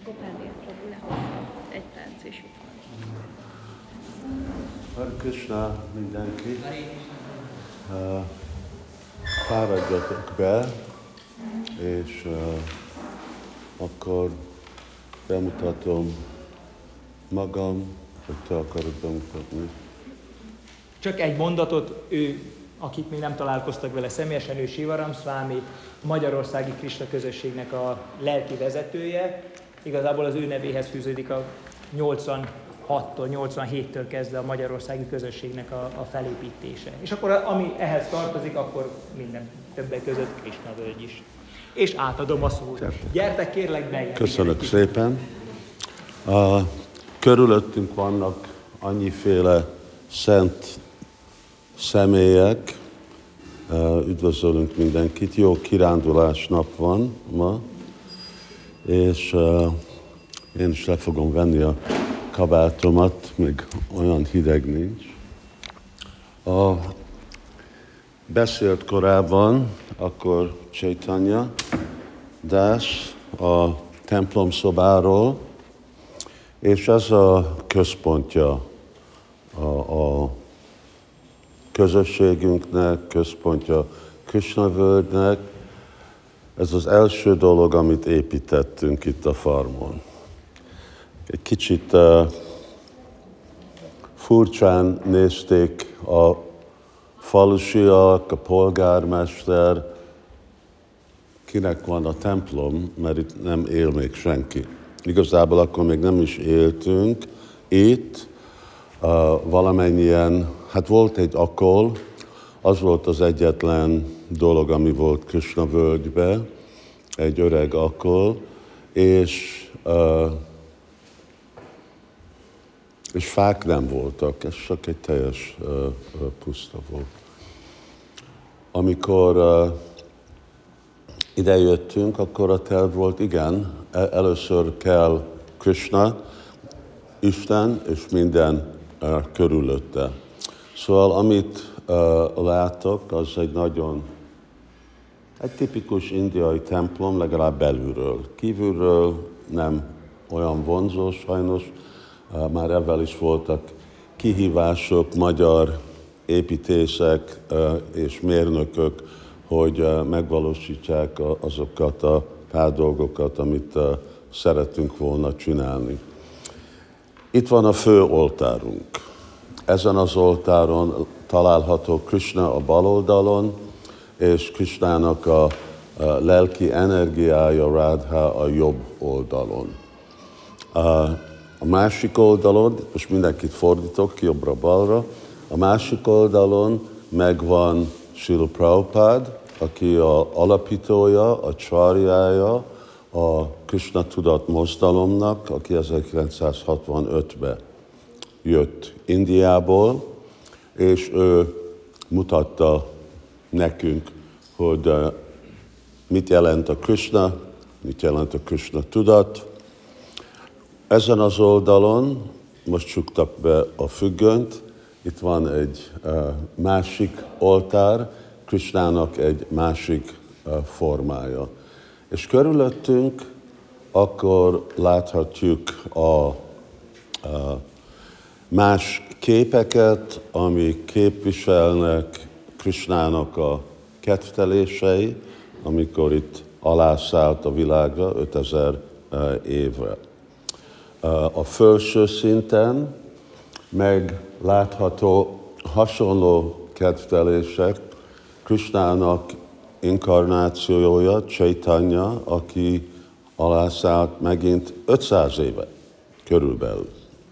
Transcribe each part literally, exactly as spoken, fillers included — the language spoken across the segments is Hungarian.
Gopália Prabhu lehozta. Egy perc és itt van. Hare Krishna mindenki. Uh, fáradjatok be, és uh, akkor bemutatom magam, hogy te akarod bemutatni. Csak egy mondatot, ő, akik még nem találkoztak vele személyesen, ő Sivaram Swami, Magyarországi Krishna közösségnek a lelki vezetője. Igazából az ő nevéhez fűződik a nyolcvanhattól, nyolcvanhéttől kezdve a Magyarországi közösségnek a, a felépítése. És akkor ami ehhez tartozik, akkor minden többek között Krishna völgy is. És átadom a szót. Gyertek kérlek be! Köszönök szépen. Uh, körülöttünk vannak annyiféle szent személyek. Uh, üdvözölünk mindenkit. Jó kirándulás nap van ma. És uh, én is le fogom venni a kabátomat, még olyan hideg nincs. A beszélt korábban, akkor Chaitanya Das a templom szobáról, és ez a központja a, a közösségünknek, központja Krishna völgynek. Ez az első dolog, amit építettünk itt a farmon. Egy kicsit uh, furcsán nézték a falusiak, a polgármester, kinek van a templom, mert itt nem él még senki. Igazából akkor még nem is éltünk itt, uh, valamennyien, hát volt egy akol, az volt az egyetlen dolog, ami volt Krishna völgybe, egy öreg akol, és, uh, és fák nem voltak, ez csak egy teljes uh, uh, puszta volt. Amikor uh, idejöttünk, akkor a terv volt, igen, először kell Krishna, Isten és minden uh, körülötte. Szóval amit uh, látok, az egy nagyon, egy tipikus indiai templom, legalább belülről. Kívülről nem olyan vonzó sajnos, uh, már ebben is voltak kihívások, magyar építészek uh, és mérnökök, hogy uh, megvalósítsák azokat a pár dolgokat, amit uh, szeretünk volna csinálni. Itt van a fő oltárunk. Ezen az oltáron található Krishna a bal oldalon, és Krishnának a, a lelki energiája, Radha a jobb oldalon. A, a másik oldalon, most mindenkit fordítok jobbra-balra, a másik oldalon megvan Srila Prabhupád, aki a alapítója, a csarjája a Krishna tudat mozdalomnak, aki ezerkilencszázhatvanötben jött Indiából, és ő mutatta nekünk, hogy mit jelent a Krishna, mit jelent a Krishna tudat. Ezen az oldalon most csuktak be a függönyt, itt van egy másik oltár, Krishnának egy másik formája. És körülöttünk akkor láthatjuk a, a más képeket, amik képviselnek Krishnának a kedvtelései, amikor itt alászállt a világra ötezer évre. A felső szinten meg látható hasonló kedvtelések, Krishnának inkarnációja, Chaitanya, aki alászállt megint ötszáz éve körülbelül.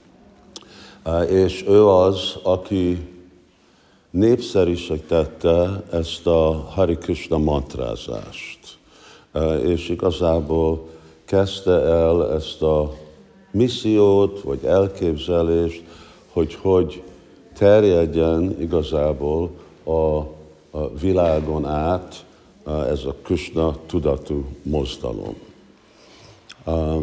És ő az, aki népszerűsítette ezt a Hare Krishna mantrázást. És igazából kezdte el ezt a missziót, vagy elképzelést, hogy hogy terjedjen igazából a, a világon át ez a Krishna tudatú mozdalom. Uh,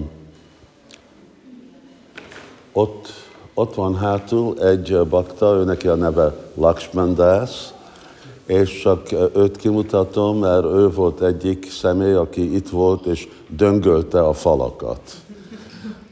ott, ott van hátul egy bakta, ő neki a neve Lakshman Das, és csak őt kimutatom, mert ő volt egyik személy, aki itt volt és döngölte a falakat.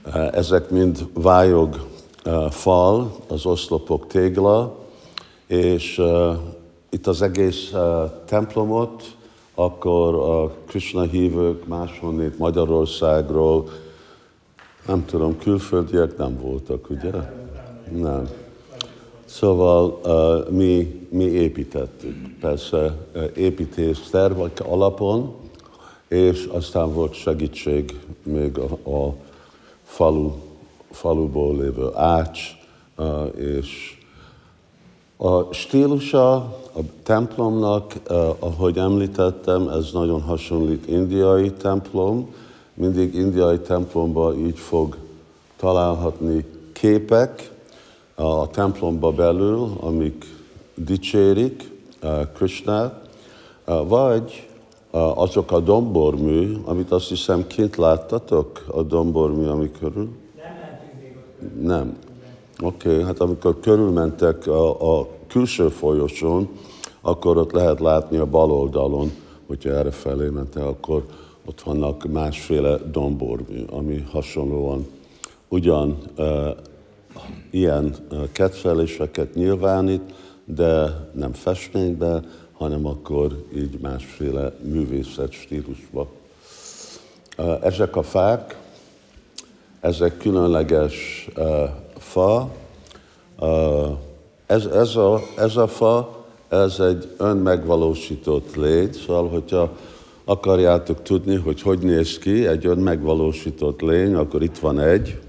Ezek mind vályog fal, az oszlopok tégla, és itt az egész templomot, akkor a Krishna hívők máshonnét Magyarországról, nem tudom, külföldiek nem voltak, ugye? Nem. Szóval uh, mi, mi építettük, persze uh, építészterv alapon, és aztán volt segítség még a, a falu, faluból lévő ács, uh, és a stílusa a templomnak, uh, ahogy említettem, ez nagyon hasonlít indiai templom. Mindig indiai templomban így fog találhatni képek a templomba belül, amik dicsérik uh, Krishnát, uh, vagy uh, azok a dombormű, amit azt hiszem kint láttatok, a dombormű, ami körül? Nem mentünk még ott. Nem. Oké, okay, hát amikor körülmentek a, a külső folyosón, akkor ott lehet látni a bal oldalon, hogyha erre felé mentek, akkor ott vannak másféle dombormű, ami hasonlóan ugyan uh, ilyen uh, kedveléseket nyilvánít, de nem festményben, hanem akkor így másféle művészet stílusban. Uh, ezek a fák, ezek különleges uh, fa. Uh, ez, ez, a, ez a fa, ez egy önmegvalósított lény, szóval, hogyha akarjátok tudni, hogy hogy néz ki egy önmegvalósított lény, akkor itt van egy.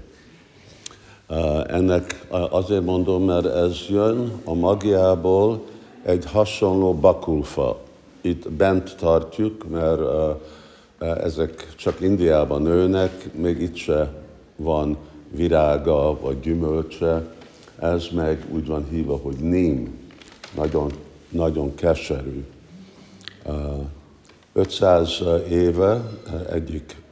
Ennek azért mondom, mert ez jön a magjából egy hasonló bakulfa. Itt bent tartjuk, mert ezek csak Indiában nőnek, még itt se van virága vagy gyümölcse. Ez meg úgy van hívva, hogy ním. Nagyon, nagyon keserű. ötszáz éve egyik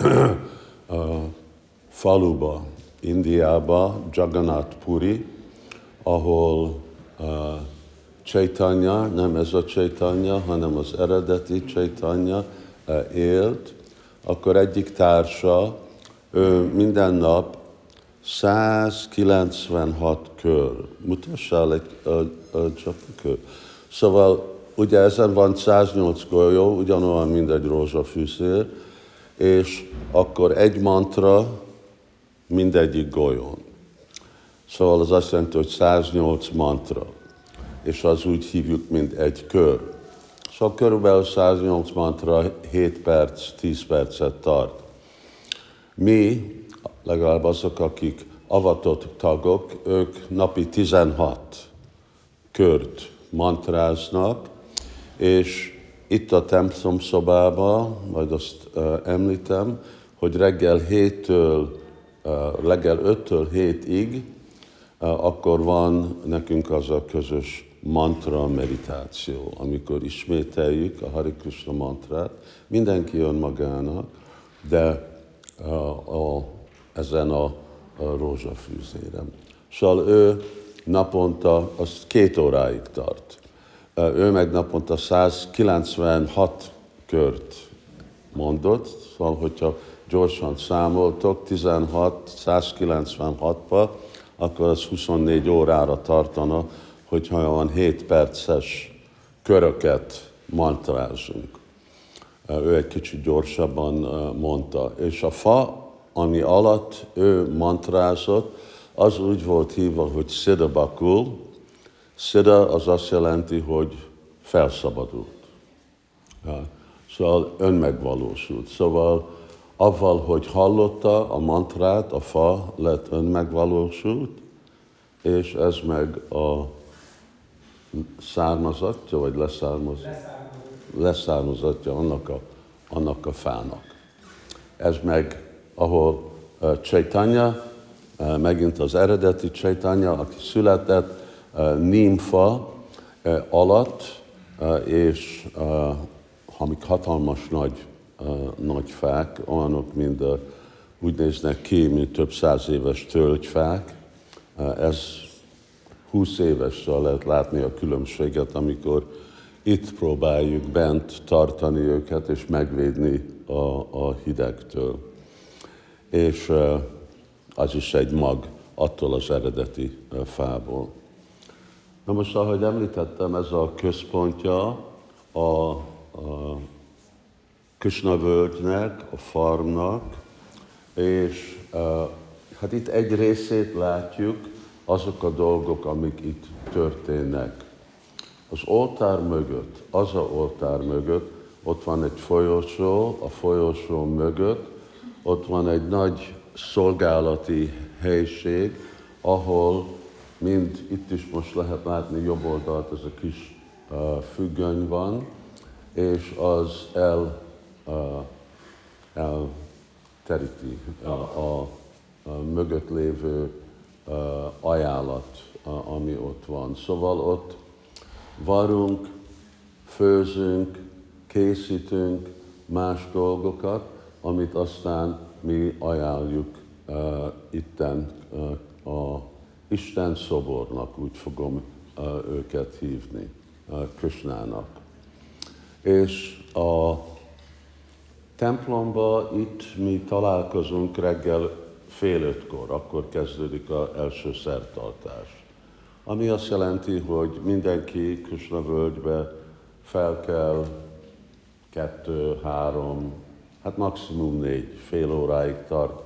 faluba, Indiába, Jagannath Puri, ahol uh, Chaitanya, nem ez a Chaitanya, hanem az eredeti Chaitanya uh, élt, akkor egyik társa, ő minden nap százkilencvenhat kör. Mutassál egy uh, uh, csak kör. Szóval ugye ezen van száznyolc golyó, ugyanolyan, mint egy rózsafűszér, és akkor egy mantra mindegyik golyón. Szóval az azt jelenti, hogy száznyolc mantra, és az úgy hívjuk, mint egy kör. Szóval körülbelül száznyolc mantra hét perc, tíz percet tart. Mi, legalább azok, akik avatott tagok, ők napi tizenhat kört mantráznak, és itt a templom szobában, majd azt uh, említem, hogy reggel héttől, uh, reggel öttől hétig, uh, akkor van nekünk az a közös mantra meditáció, amikor ismételjük a Hare Krishna mantrát, mindenki jön magának, de uh, a, ezen a, a rózsafűzéren. Szóval ő naponta, az két óráig tart. Ő meg naponta százkilencvenhat kört mondott, szóval, hogyha gyorsan számoltok, tizenhat, százkilencvenhatba, akkor az huszonnégy órára tartana, hogyha olyan hét perces köröket mantrázunk. Ő egy kicsit gyorsabban mondta. És a fa, ami alatt ő mantrázott, az úgy volt hívva, hogy Siddha Bakul. Siddha az azt jelenti, hogy felszabadult. Szóval önmegvalósult. Szóval avval, hogy hallotta a mantrát, a fa lett önmegvalósult, és ez meg a származatja, vagy leszármazatja, leszármazatja annak a, annak a fának. Ez meg, ahol uh, Chaitanya, uh, megint az eredeti Chaitanya, aki született, uh, nímfa uh, alatt, uh, és uh, amik hatalmas nagy, uh, nagy fák, olyanok, mint uh, úgy néznek ki, mint több száz éves tölgyfák. Uh, ez húsz évesre lehet látni a különbséget, amikor itt próbáljuk bent tartani őket és megvédni a, a hidegtől. És uh, az is egy mag attól az eredeti fából. Na most, ahogy említettem, ez a központja a, a Krishna völgynek, a farmnak, és hát itt egy részét látjuk, azok a dolgok, amik itt történnek. Az oltár mögött, az a oltár mögött, ott van egy folyosó, a folyosó mögött, ott van egy nagy szolgálati helység, ahol mind itt is most lehet látni jobb oldalt, ez a kis uh, függöny van, és az el, uh, elteríti a, a, a mögött lévő uh, ajánlat, uh, ami ott van. Szóval ott varunk, főzünk, készítünk más dolgokat, amit aztán mi ajánljuk uh, itten uh, a Isten szobornak, úgy fogom uh, őket hívni, uh, Krishnának. És a templomba itt mi találkozunk reggel fél ötkor, akkor kezdődik az első szertartás. Ami azt jelenti, hogy mindenki Krishna völgybe fel kell kettő, három, hát maximum négy, fél óráig tart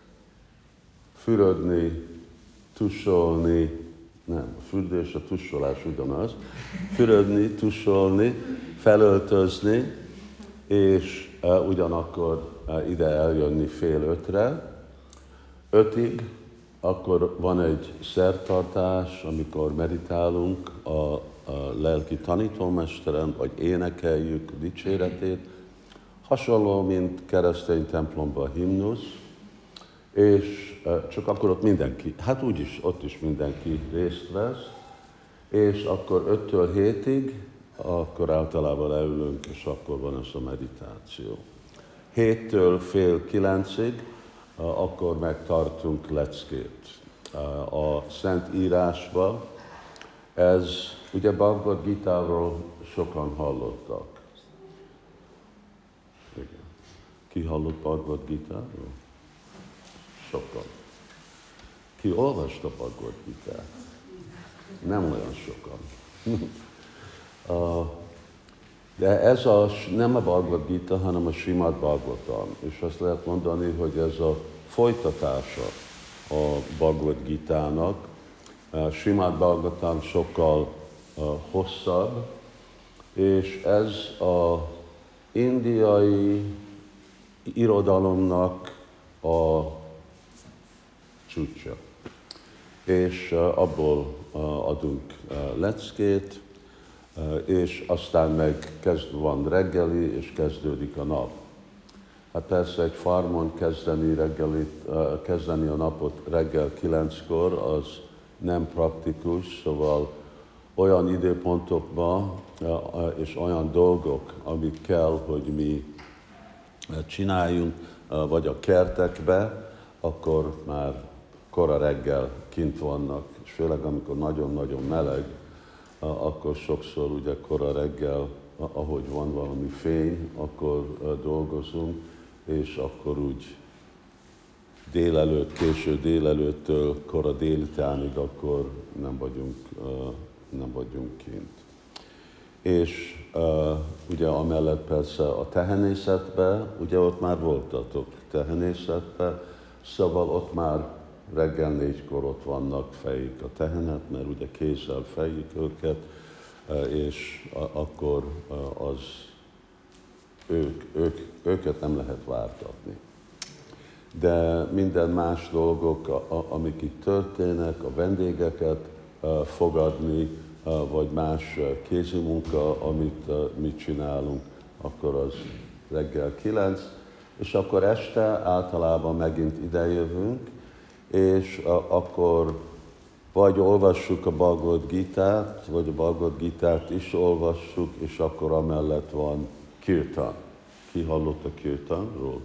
fürödni, tusolni, nem, a fürdés, a tusolás ugyanaz, fürödni, tusolni, felöltözni, és uh, ugyanakkor uh, ide eljönni fél ötre. Ötig, akkor van egy szertartás, amikor meditálunk a, a lelki tanítómesteren, vagy énekeljük dicséretét, hasonló, mint keresztény templomban himnusz, és csak akkor ott mindenki, hát úgyis ott is mindenki részt vesz, és akkor öttől hétig, akkor általában leülünk, és akkor van ez a meditáció. Héttől fél kilencig, akkor megtartunk leckét. A Szent Írásban, ez ugye Bhagavad Gítáról sokan hallottak. Igen. Ki hallott Bhagavad Gítáról? Sokan. Ki olvasta Bhagavad Gítát? Nem olyan sokan. De ez a, nem a Bhagavad Gita, hanem a Srimad Bhagavatam. És azt lehet mondani, hogy ez a folytatása a Bhagavad Gitának. A Srimad Bhagavatam sokkal uh, hosszabb, és ez a indiai irodalomnak a csúcsa. És uh, abból uh, adunk uh, leckét, uh, és aztán meg kezd, van reggeli, és kezdődik a nap. Hát persze egy farmon kezdeni, reggelit, uh, kezdeni a napot reggel kilenckor, az nem praktikus, szóval olyan időpontokban uh, és olyan dolgok, amik kell, hogy mi csináljunk, uh, vagy a kertekbe, akkor már kora reggel kint vannak, és főleg amikor nagyon-nagyon meleg, akkor sokszor ugye kora reggel, ahogy van valami fény, akkor dolgozunk, és akkor úgy délelőtt, késő délelőttől kora délutánig akkor nem vagyunk, nem vagyunk kint. És ugye amellett persze a tehenészetben, ugye ott már voltatok tehenészetben, szóval ott már reggel négykor ott vannak, fejik a tehenet, mert ugye kézzel fejik őket, és akkor az ők, ők, őket nem lehet vártatni. De minden más dolgok, amik itt történnek, a vendégeket fogadni, vagy más kézi munka, amit mi csinálunk, akkor az reggel kilenc, és akkor este általában megint idejövünk, és akkor vagy olvassuk a Bhagavad Gitát, vagy a Bhagavad Gitát is olvassuk, és akkor amellett van kirtan. Ki hallott a kirtanról?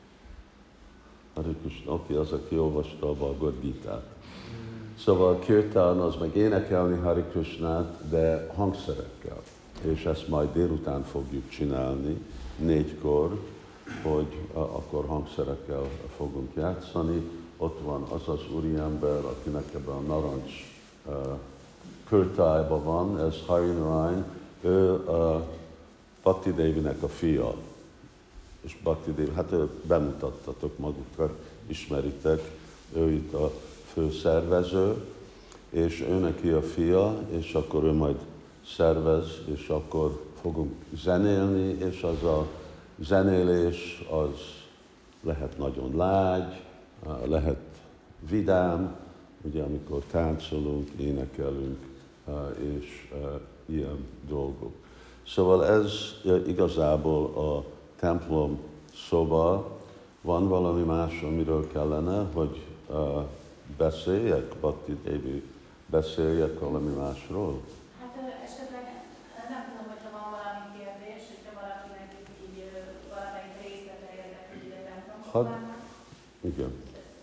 Hare Krishna, oké, az, aki olvasta a Bhagavad Gitát. Szóval a kirtan az meg énekelni Hare Krishnát, de hangszerekkel. És ezt majd délután fogjuk csinálni, négykor, hogy akkor hangszerekkel fogunk játszani. ott van az az úriember, akinek ebben a narancs uh, kőtájban van, ez Hari Narayan, ő uh, Bhakti Devinek a fia. És Bhakti Devi, hát ő bemutattatok magukat, ismeritek, ő itt a főszervező, és ő neki a fia, és akkor ő majd szervez, és akkor fogunk zenélni, és az a zenélés az lehet nagyon lágy, lehet vidám, ugye amikor táncolunk, énekelünk, és ilyen dolgok. Szóval ez igazából a templom szoba. Van valami más, amiről kellene, hogy beszéljek, Bhakti Devi, beszéljek valami másról? Hát esetleg nem tudom, hogyha van valami kérdés, hogyha valakinek így valamelyik részlete érdekli a templomban. Igen.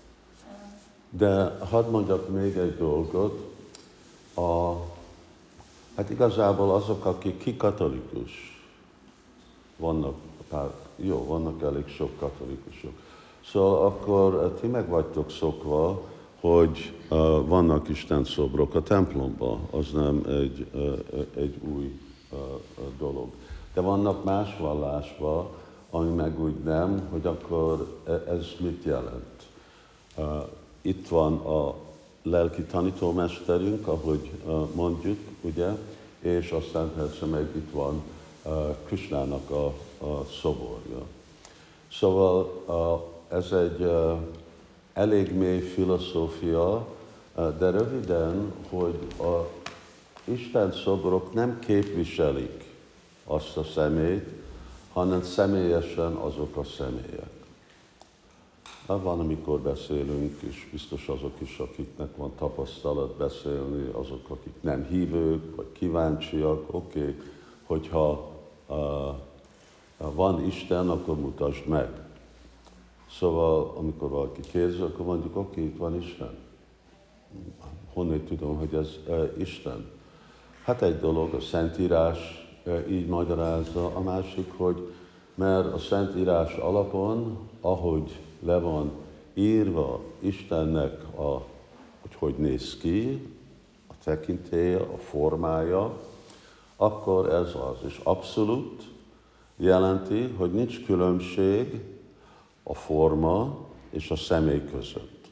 De hadd mondjak még egy dolgot. A, hát igazából azok, akik ki katolikus, vannak, pár, jó, vannak elég sok katolikusok. Szóval akkor ti meg vagytok szokva, hogy uh, vannak Isten szobrok a templomban, az nem egy, uh, egy új uh, dolog. De vannak más vallásban, ami meg úgy nem, hogy akkor ez mit jelent. Uh, itt van a lelki tanítómesterünk, ahogy uh, mondjuk, ugye, és aztán persze meg itt van uh, Krishnának a, a szoborja. Szóval uh, ez egy uh, elég mély filozófia, de röviden, hogy a Isten szobrok nem képviselik azt a személyt, hanem személyesen azok a személyek. Van, amikor beszélünk, és biztos azok is, akiknek van tapasztalat beszélni, azok, akik nem hívők, vagy kíváncsiak, oké, okay, hogyha uh, van Isten, akkor mutasd meg. Szóval, amikor valaki kérdezi, akkor mondjuk, oké, okay, itt van Isten. Honnan tudom, hogy ez uh, Isten? Hát egy dolog, a Szentírás uh, így magyarázza, a másik, hogy mert a Szentírás alapon, ahogy le van írva Istennek, a, hogy hogy néz ki, a tekintélye, a formája, akkor ez az. És abszolút jelenti, hogy nincs különbség a forma és a személy között.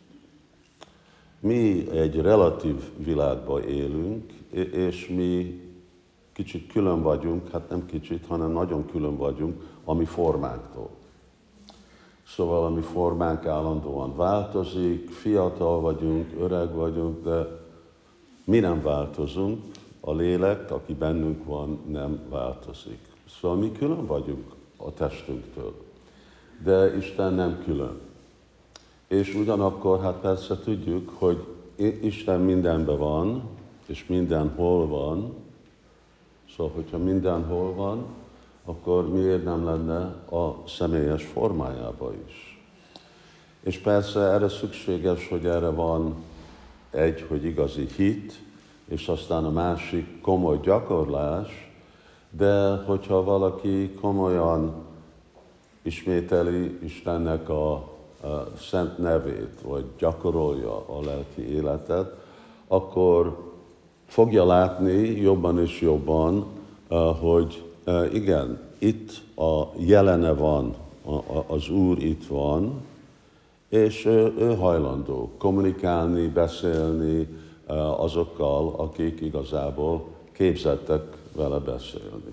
Mi egy relatív világban élünk, és mi kicsit külön vagyunk, hát nem kicsit, hanem nagyon külön vagyunk a mi formánktól. Szóval a mi formánk állandóan változik, fiatal vagyunk, öreg vagyunk, de mi nem változunk, a lélek, aki bennünk van, nem változik. Szóval mi külön vagyunk a testünktől, de Isten nem külön. És ugyanakkor, hát persze tudjuk, hogy Isten mindenben van, és mindenhol van. Szóval, hogyha mindenhol van, akkor miért nem lenne a személyes formájában is? És persze erre szükséges, hogy erre van egy, hogy igazi hit, és aztán a másik komoly gyakorlás, de hogyha valaki komolyan ismételi Istennek a, a szent nevét, vagy gyakorolja a lelki életet, akkor fogja látni jobban és jobban, hogy igen, itt a jelene van, az Úr itt van, és ő hajlandó kommunikálni, beszélni azokkal, akik igazából képzettek vele beszélni.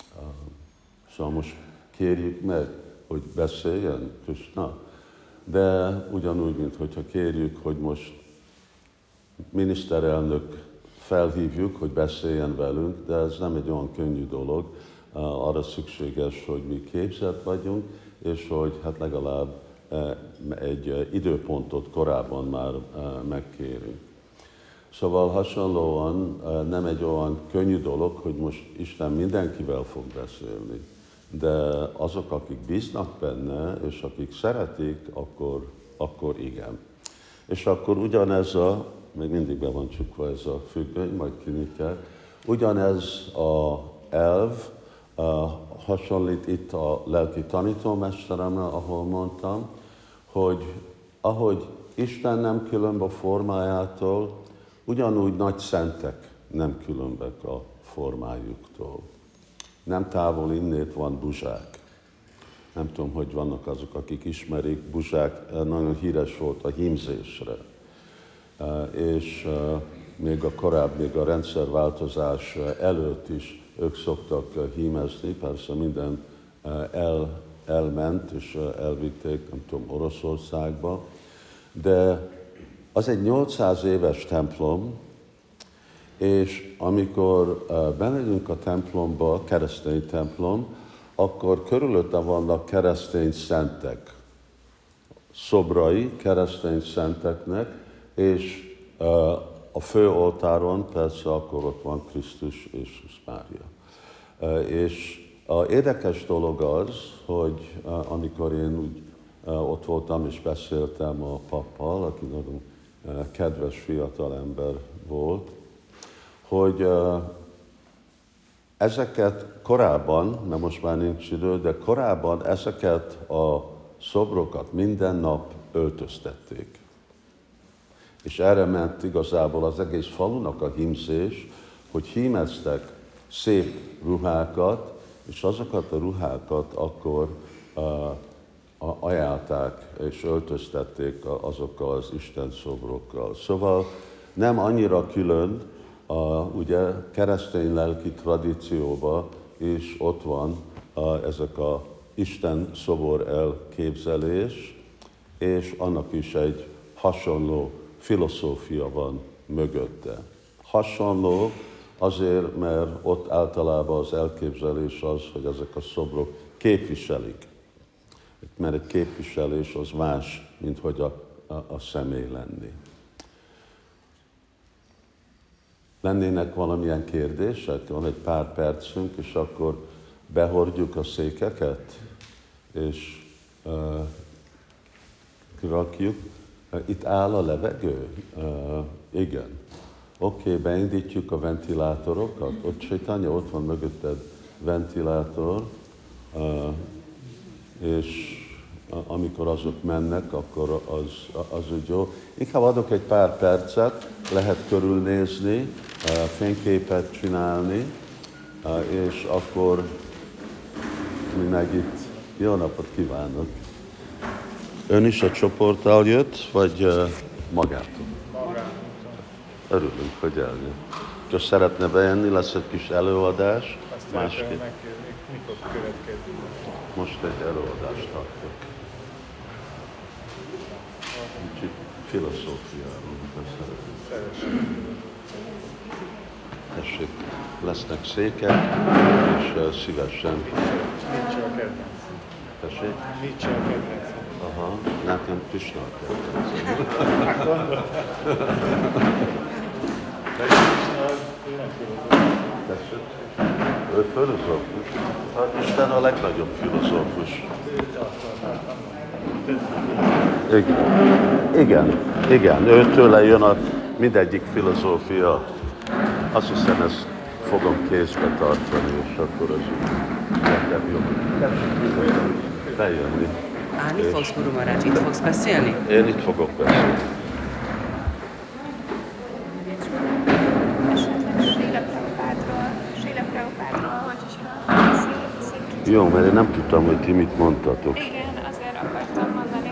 Szóval most kérjük meg, hogy beszéljen Krishna, de ugyanúgy, mint hogyha kérjük, hogy most miniszterelnök felhívjuk, hogy beszéljen velünk, de ez nem egy olyan könnyű dolog, arra szükséges, hogy mi képzett vagyunk, és hogy hát legalább egy időpontot korábban már megkérünk. Szóval hasonlóan nem egy olyan könnyű dolog, hogy most Isten mindenkivel fog beszélni, de azok, akik bíznak benne, és akik szeretik, akkor, akkor igen. És akkor ugyanez a, még mindig be van csukva ez a függöny, majd kinyitják, ugyanez a elv uh, hasonlít itt a lelki tanítómesteremre, ahol mondtam, hogy ahogy Isten nem különb a formájától, ugyanúgy nagy szentek nem különbek a formájuktól. Nem távol innét van Buzsák. Nem tudom, hogy vannak azok, akik ismerik. Buzsák nagyon híres volt a hímzésre. És még a korábbi, még a rendszerváltozás előtt is ők szoktak hímezni, persze minden el, elment és elvitték, nem tudom, Oroszországba, de az egy nyolcszáz éves templom, és amikor bemegyünk a templomba, keresztény templom, akkor körülötte vannak keresztény szentek, szobrai keresztény szenteknek, és a fő oltáron persze akkor ott van Krisztus és Mária. És az érdekes dolog az, hogy amikor én úgy ott voltam és beszéltem a pappal, aki nagyon kedves fiatal ember volt, hogy ezeket korábban, mert most már nincs idő, de korábban ezeket a szobrokat minden nap öltöztették. És erre ment igazából az egész falunak a hímzés, hogy hímeztek szép ruhákat, és azokat a ruhákat akkor uh, ajánlták és öltöztették azokkal az Isten szobrokkal. Szóval nem annyira külön, uh, ugye keresztény lelki tradícióban is ott van uh, ezek a Isten szobor elképzelés, és annak is egy hasonló filozófia van mögötte. Hasonló azért, mert ott általában az elképzelés az, hogy ezek a szobrok képviselik. Mert egy képviselés az más, mint hogy a, a, a személy lenni. Lennének valamilyen kérdések? Van egy pár percünk, és akkor behordjuk a székeket, és uh, kirakjuk. Itt áll a levegő? Uh, igen. Oké, okay, beindítjuk a ventilátorokat. Ott Chaitanya, ott van mögötted ventilátor, uh, és amikor azok mennek, akkor az, az úgy jó. Inkább adok egy pár percet, lehet körülnézni, uh, fényképet csinálni, uh, és akkor mindenkit jó napot kívánok! Ön is a csoporttal jött, vagy uh, magától? Magától. Örülünk, hogy eljön. Ha szeretne bejönni, lesz egy kis előadás. Azt másképp. Megkérni, mikor következik? Most egy előadást tartok. Kicsit filozófiáról beszélünk. Tessék, lesznek székek, és uh, szívesen. Nincs a kedvenc. Tessék? Nincs a kedvenc. Aha, nekem Krishna a kedvenc. Hát gondolom. De Krishna az, ő nem filozófus. Tessék? Ő filozófus? Hát Isten a legnagyobb filozófus. Igen, igen, igen. Őtőle jön a mindegyik filozófia. Azt hiszem, ezt fogom kézbe tartani, és akkor az nekem jobb. Bejönni. Állni fogsz, Guru Maharaj? Itt fogsz beszélni? Én itt fogok beszélni. Srila Prabhupádról, Srila Prabhupádról, hogy is ha Jó, mert én nem tudtam, hogy ti mit mondtatok. igen,